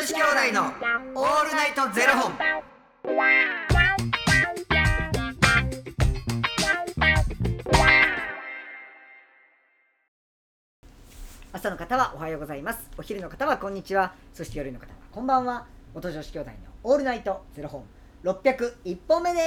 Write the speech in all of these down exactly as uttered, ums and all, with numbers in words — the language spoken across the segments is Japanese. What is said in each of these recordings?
子兄弟のオールナイトゼロ本。 朝の方はおはようございます。お昼の方はこんにちは。そして夜の方はこんばんは。元女子兄弟のオールナイトゼロ本ろっぴゃくいっぽんめです。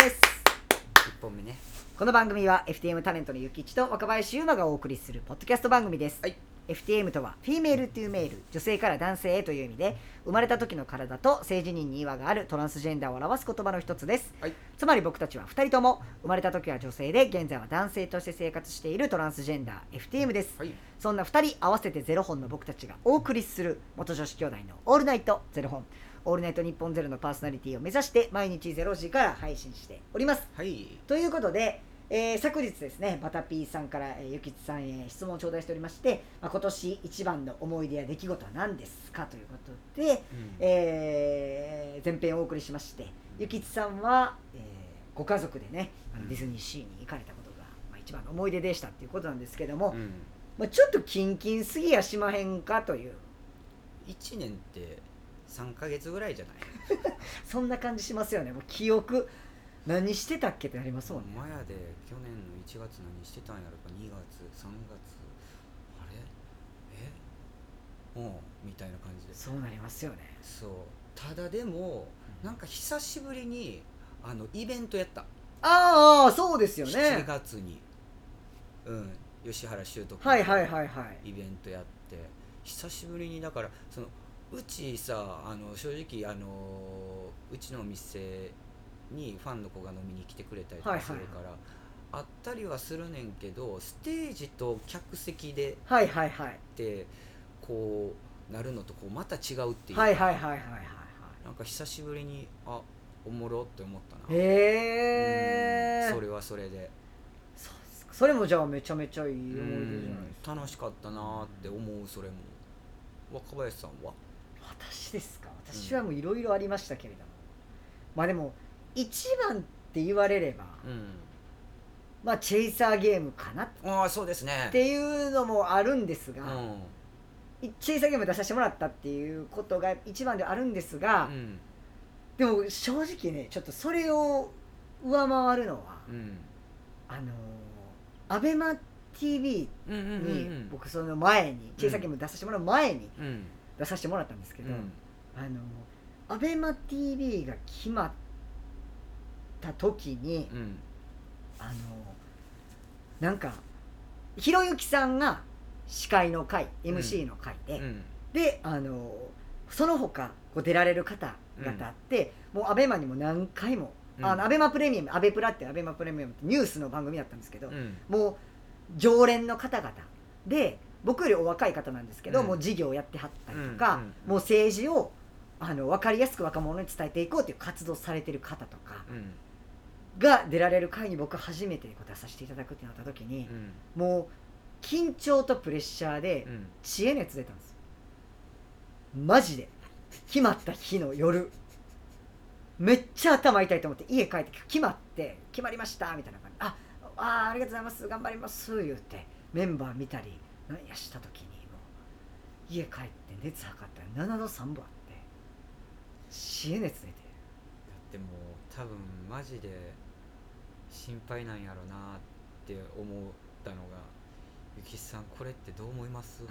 いっぽんめね。 この番組は エフティーエム タレントのゆきちと若林優馬がお送りするポッドキャスト番組です、はい。エフティーエム とはフィメールトゥーメール、女性から男性へという意味で、生まれた時の体と性自認に違和があるトランスジェンダーを表す言葉の一つです、はい。つまり僕たちはふたりとも生まれた時は女性で現在は男性として生活しているトランスジェンダー エフティーエム です、はい。そんなふたり合わせてゼロ本の僕たちがお送りする元女子兄弟のオールナイトゼロ本、オールナイト日本ゼロのパーソナリティを目指して毎日ゼロ時から配信しております、はい。ということで、えー、昨日ですね、バタピーさんから、えー、ゆきつさんへ質問を頂戴しておりまして、まあ、今年一番の思い出や出来事は何ですかということで、うん、えー、前編をお送りしまして、ゆきつさんは、えー、ご家族でね、あのディズニーシーに行かれたことが、まあ、一番の思い出でしたっていうことなんですけども、うん、まあ、ちょっとキンキンすぎやしまへんかという。 いちねんってさんかげつぐらいじゃないそんな感じしますよね。もう記憶何してたっけってなりますもんね。 マヤで去年のいちがつ何してたんやろか、にがつさんがつあれえもうみたいな感じで、 そうなりますよね。 そう。ただでも、うん、なんか久しぶりにあのイベントやった。 ああそうですよね。 しちがつにうん吉原修斗君はいはいはいはいイベントやって、久しぶりにだからそのうちさ、あの正直あのうちのお店にファンの子が飲みに来てくれたりとかするから、はいはいはい、あったりはするねんけど、ステージと客席ではいはいはいってこうなるのとこうまた違うっていうか、 はいはいはいはいはい、 なんか久しぶりにあおもろって思ったな。 へえ。 それはそれで、 そうですか。それもじゃあめちゃめちゃいい思い出じゃないですか。 楽しかったなって思う。それも。若林さんは？ 私ですか。私はもういろいろありましたけれども、うん、まあでも一番って言われれば、うん、まあチェイサーゲームかな。 ああそうですねっていうのもあるんですが、うん、チェイサーゲーム出させてもらったっていうことが一番ではあるんですが、うん、でも正直ねちょっとそれを上回るのは、うん、あのアベマ ティーブイ に僕その前に、チェイサーゲーム出させてもらう前に出させてもらったんですけど、うん、あのアベマ ティーブイ が決まった時に、うん、あのなんかひろゆきさんが司会の回、うん、エムシー の回で、うん、であのその他こう出られる方々って、うん、もうアベマにも何回も、うん、あのアベマプレミアム、アベプラってアベマプレミアムってニュースの番組だったんですけど、うん、もう常連の方々で僕よりお若い方なんですけど、うん、もう事業をやってはったりとか、うんうんうん、もう政治をあの分かりやすく若者に伝えていこうっていう活動されてる方とか、うんが出られる会に僕初めて出させていただくってなった時に、うん、もう緊張とプレッシャーで知恵熱出たんですよ、うん、マジで。決まった日の夜めっちゃ頭痛いと思って家帰って決まって決まりましたみたいな感じで、ああありがとうございます頑張ります言ってメンバー見たり何やした時にもう家帰って熱測ったらななどさんぶあって知恵熱出て、だってもう多分マジで心配なんやろなって思ったのが、ゆきさんこれってどう思います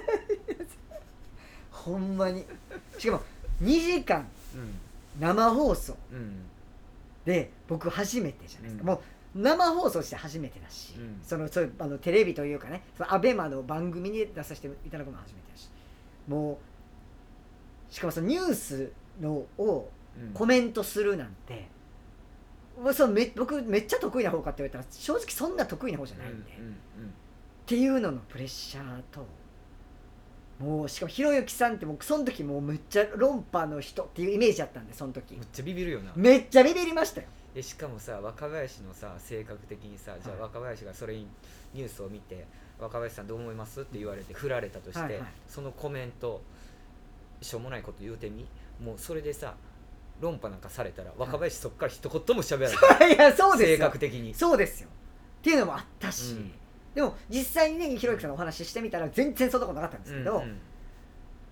ほんまに。しかもにじかん生放送で僕初めてじゃないですか、うん、もう生放送して初めてだし、うん、そのそういうあのテレビというかね、そのアベマの番組に出させていただくのも初めてだし、もうしかもそのニュースのをコメントするなんて、うん、そうめ僕めっちゃ得意な方かって言われたら正直そんな得意な方じゃないんで、うんうんうん、っていうののプレッシャーと、もうしかもひろゆきさんって僕その時もうめっちゃ論破の人っていうイメージだったんで、その時めっちゃビビるよな。 めっちゃビビりましたよ。 でしかもさ、若林のさ性格的にさ、じゃあ若林がそれにニュースを見て、若林さんどう思いますって言われて振られたとして、はいはい、そのコメントしょうもないこと言うてみ、もうそれでさ論破なんかされたら若林そっから一言も喋らない、 いやそうですよ、 性格的にそうですよっていうのもあったし、うん、でも実際にねひろゆきさんのお話ししてみたら全然そんなことなかったんですけど、うんうん、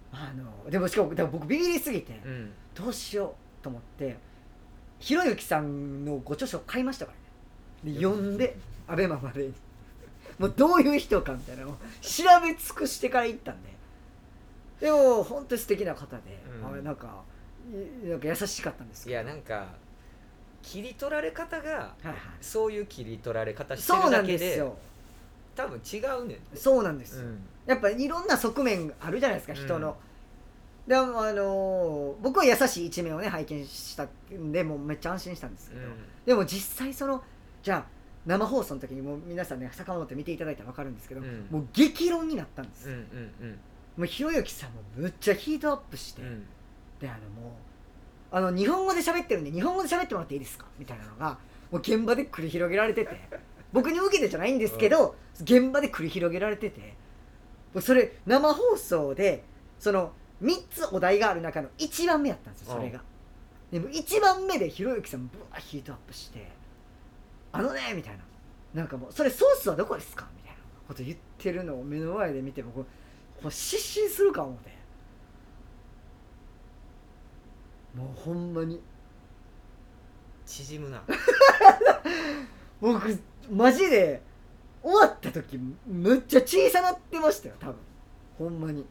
あのでもしかもでも僕ビビりすぎて、 うん、 どうしようと思ってひろゆきさんのご著書買いましたからね。で読んでアベマまでもうどういう人かみたいなのを調べ尽くしてから行ったんで、でも本当に素敵な方で、うん、あれなんかなんか優しかったんですけど、 いやなんか切り取られ方が、はいはい、そういう切り取られ方してるだけで、そうなんですよ、 多分違うねん。 そうなんですよ、うん、やっぱいろんな側面あるじゃないですか、人の、うん、でもあのー、僕は優しい一面をね拝見したんでもうめっちゃ安心したんですけど、うん、でも実際そのじゃあ生放送の時にもう皆さんね遡って見ていただいたら分かるんですけど、うん、もう激論になったんですよ、うんうんうん、もうひろゆきさんもむっちゃヒートアップして、うん、であのもうあの日本語で喋ってるんで日本語で喋ってもらっていいですかみたいなのがもう現場で繰り広げられてて僕に受けてじゃないんですけど、うん、現場で繰り広げられてて、それ生放送でそのみっつお題がある中のいちばんめやったんですよ、それが。でもいちばんめでひろゆきさんブワーヒートアップしてあのねみたいな、なんかもうそれソースはどこですかみたいなこと言ってるのを目の前で見て僕もう失神するか思ってもうほんまに縮むな僕マジで終わった時むっちゃ小さなってましたよ多分ほんまに。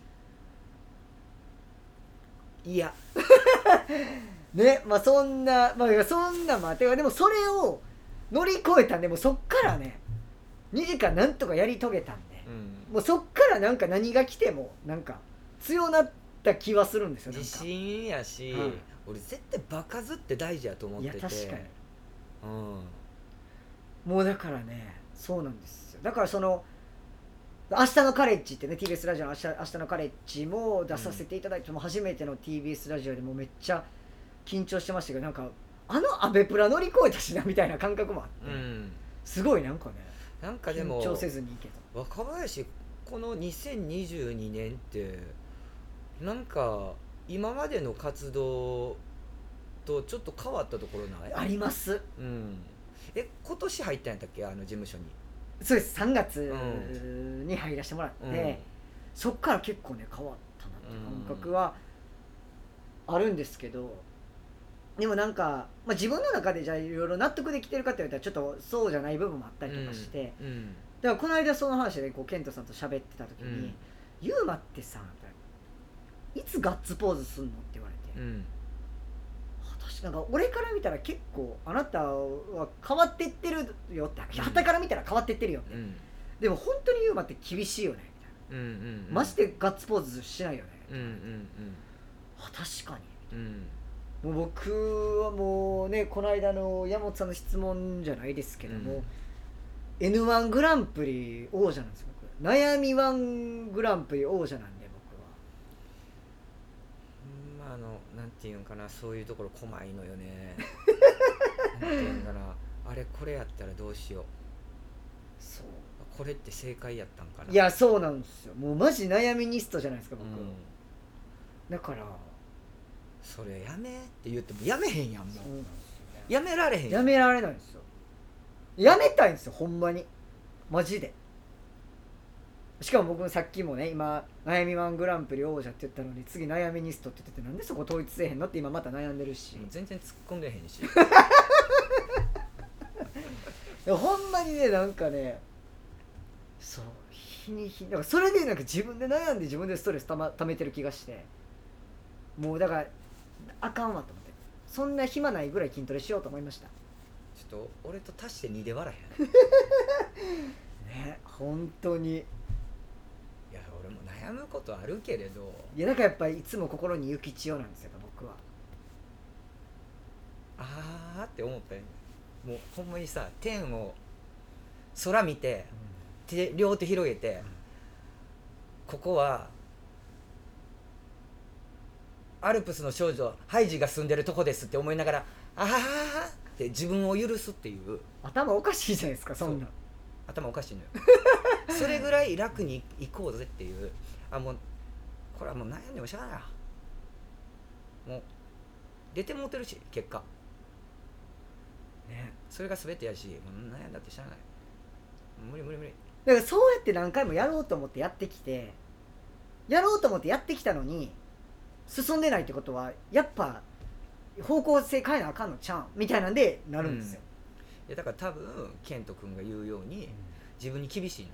いやね、まあそんなまあそんなまあてかでもそれを乗り越えたんでもうそっからねにじかんなんとかやり遂げたんで、うん、もうそっからなんか何が来てもなんか強なった気はするんですよ。 自信やし、うん、俺絶対場数って大事やと思ってて。いや確かに、 うん、もうだからねそうなんですよ。だからその明日のカレッジってね ティービーエス ラジオの明日、明日のカレッジも出させていただいて、うん、も初めての ティービーエス ラジオでもめっちゃ緊張してましたけどなんかあのアベプラ乗り越えたしなみたいな感覚もあって、うん、すごいなんかねなんかでも緊張せずにいけた。若林このにせんにじゅうにねんってなんか今までの活動とちょっと変わったところない？ あります、 うん、え今年入ったんやったっけあの事務所に。 そうですさんがつに入らせてもらって、うん、そっから結構ね変わったなっていう感覚はあるんですけど、でもなんか、まあ、自分の中でじゃあいろいろ納得できてるかって言われたらちょっとそうじゃない部分もあったりとかして、うんうん、だからこの間その話でこうケントさんと喋ってた時に、うん、ユーマってさいつガッツポーズすんのって言われて、うんなんか俺から見たら結構あなたは変わってってるよって旗から見たら変わってってるよって、うん、でも本当にユーマって厳しいよねみたいな、うんうんうん、マジでガッツポーズしないよねみたいな、うんうんうん、あ確かに、うん、もう僕はもうねこの間の山本さんの質問じゃないですけども、うん、エヌワン グランプリ王者なんですよ僕。悩みワングランプリ王者なんであのなんていうんかなそういうところ細いのよねなんていうんかなあれこれやったらどうしようそうこれって正解やったんかな。 いやそうなんですよ。もうマジ悩みニストじゃないですか僕、うん、だからそれやめって言ってもやめへんやんもう。そうなんですよ、ね、やめられへんやめられないんですよ。やめたいんですよほんまにマジで。しかも僕さっきもね今悩みワングランプリ王者って言ったのに次悩みニストって言っててなんでそこ統一せえへんのって今また悩んでるし全然突っ込んでへんしほんまにねなんかねそう日に日にだからそれでなんか自分で悩んで自分でストレスた、ま、溜めてる気がしてもうだからあかんわと思ってそんな暇ないぐらい筋トレしようと思いました。 ちょっと俺と足してにで割らへんね本当にいや俺も悩むことあるけれどいやなんかやっぱりいつも心に幸千代なんですよ僕は。 あーって思ったよね。もうほんまにさ天を空見て、うん、手両手広げて、うん、ここはアルプスの少女ハイジが住んでるとこですって思いながらあーって自分を許すっていう頭おかしいじゃないですかそんな。 頭おかしいのよそれぐらい楽に行こうぜっていうあもうこれはもう悩んでもしゃあないもう出てもうてるし結果ねそれが全てやしもう悩んだってしゃあない無理無理無理。 だからそうやって何回もやろうと思ってやってきてやろうと思ってやってきたのに進んでないってことはやっぱ方向性変えなあかんのちゃうんみたいなんでなるんですよ、 うん、いやだから多分健人君が言うように、うん、自分に厳しいのよ。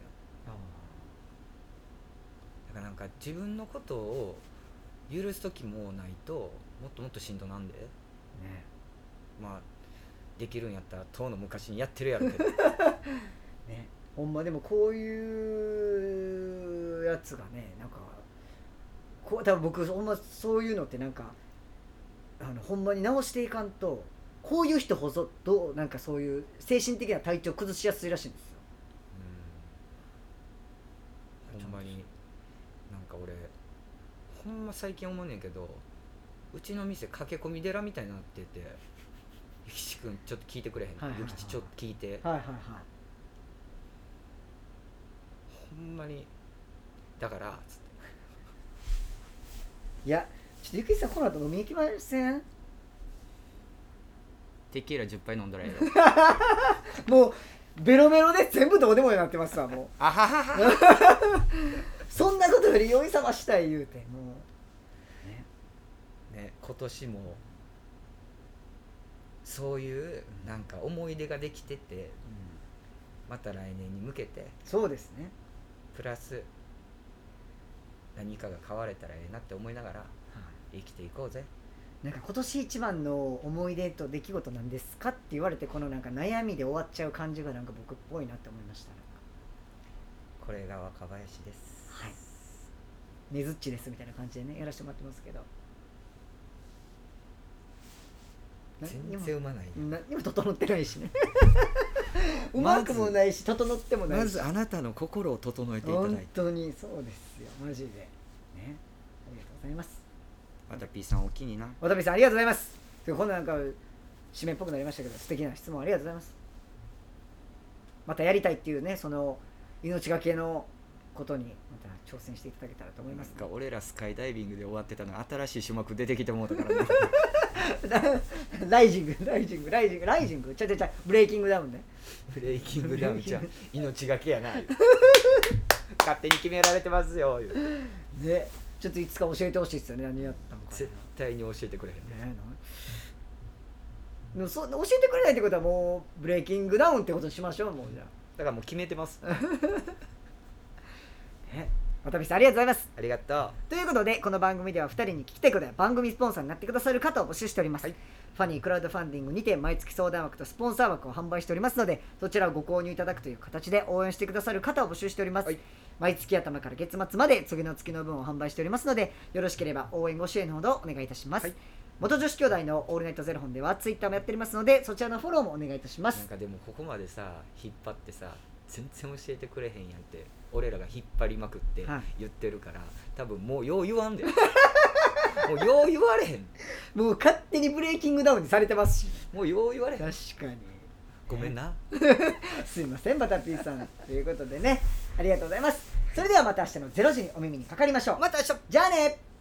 だからなんか自分のことを許す時もないともっともっとしんどなんで、ね、まあできるんやったら当の昔にやってるやろうけどね、ほんまでもこういうやつがねなんかこう多分僕ほんまそういうのってなんかあのほんまに直していかんとこういう人ほどどうなんかそういう精神的な体調崩しやすいらしいんですよ。 うんほんまになんか俺ほんま最近思うねんけどうちの店駆け込み寺みたいになっててゆきちくんちょっと聞いてくれへん、はいはいはい、ゆきちちょっと聞いて、 はいはいはい、 ほんまにだからつっていやちょっとゆきさんこの後飲みに行きません？ テキーラじゅっぱい飲んだらええよもうベロベロで全部どうでもようになってますわもうあはははそんなことより酔い覚ましたい言うてもうねね今年もそういうなんか思い出ができてて、うん、また来年に向けてそうですねプラス何かが変われたらええなって思いながら生きていこうぜ。 なんか今年一番の思い出と出来事なんですかって言われてこのなんか悩みで終わっちゃう感じがなんか僕っぽいなって思いました。 これが若林です。 はい。ねずっちですみたいな感じでねやらせてもらってますけど。 全然うまないね。 何にも整ってないしね。うまくもないし整ってもないし。 まずあなたの心を整えていただいて。 本当にそうですよマジで。ね。ありがとうございます。 わたぴーさんお気にな。 わたぴーさんありがとうございます。今度なんか締めっぽくなりましたけど素敵な質問ありがとうございます。またやりたいっていうねその命がけのことにまた挑戦していただけたらと思います。 なんか俺らスカイダイビングで終わってたの新しい種目出てきてもうたからねライジングライジングライジングライジングちゃちゃちゃブレイキングダウンねブレイキングダウンじゃ命がけやな勝手に決められてますよねちょっといつか教えてほしいですよね何やったのか絶対に教えてくれへんねでもそ教えてくれないってことはもうブレイキングダウンってことにしましょうもうじゃあだからもう決めてますえわたびさんありがとうございます。 ありがとう。 ということでこの番組ではふたりに聞きたいことや番組スポンサーになってくださる方を募集しております、はい、ファニークラウドファンディングにて毎月相談枠とスポンサー枠を販売しておりますのでそちらをご購入いただくという形で応援してくださる方を募集しております、はい、毎月頭から月末まで次の月の分を販売しておりますのでよろしければ応援ご支援のほどお願いいたします、はい、元女子兄弟のオールナイトゼロ本ではツイッターもやっておりますのでそちらのフォローもお願いいたします。 なんかでもここまでさ引っ張ってさ全然教えてくれへんやんって俺らが引っ張りまくって言ってるから、はい、多分もうよう言わんでもうよう言われへんもう勝手にブレイキングダウンにされてますしもうよう言われへん確かにごめんなすいませんバタピーさんということでねありがとうございます。それではまた明日のゼロ時にお耳にかかりましょう。 また明日じゃあね。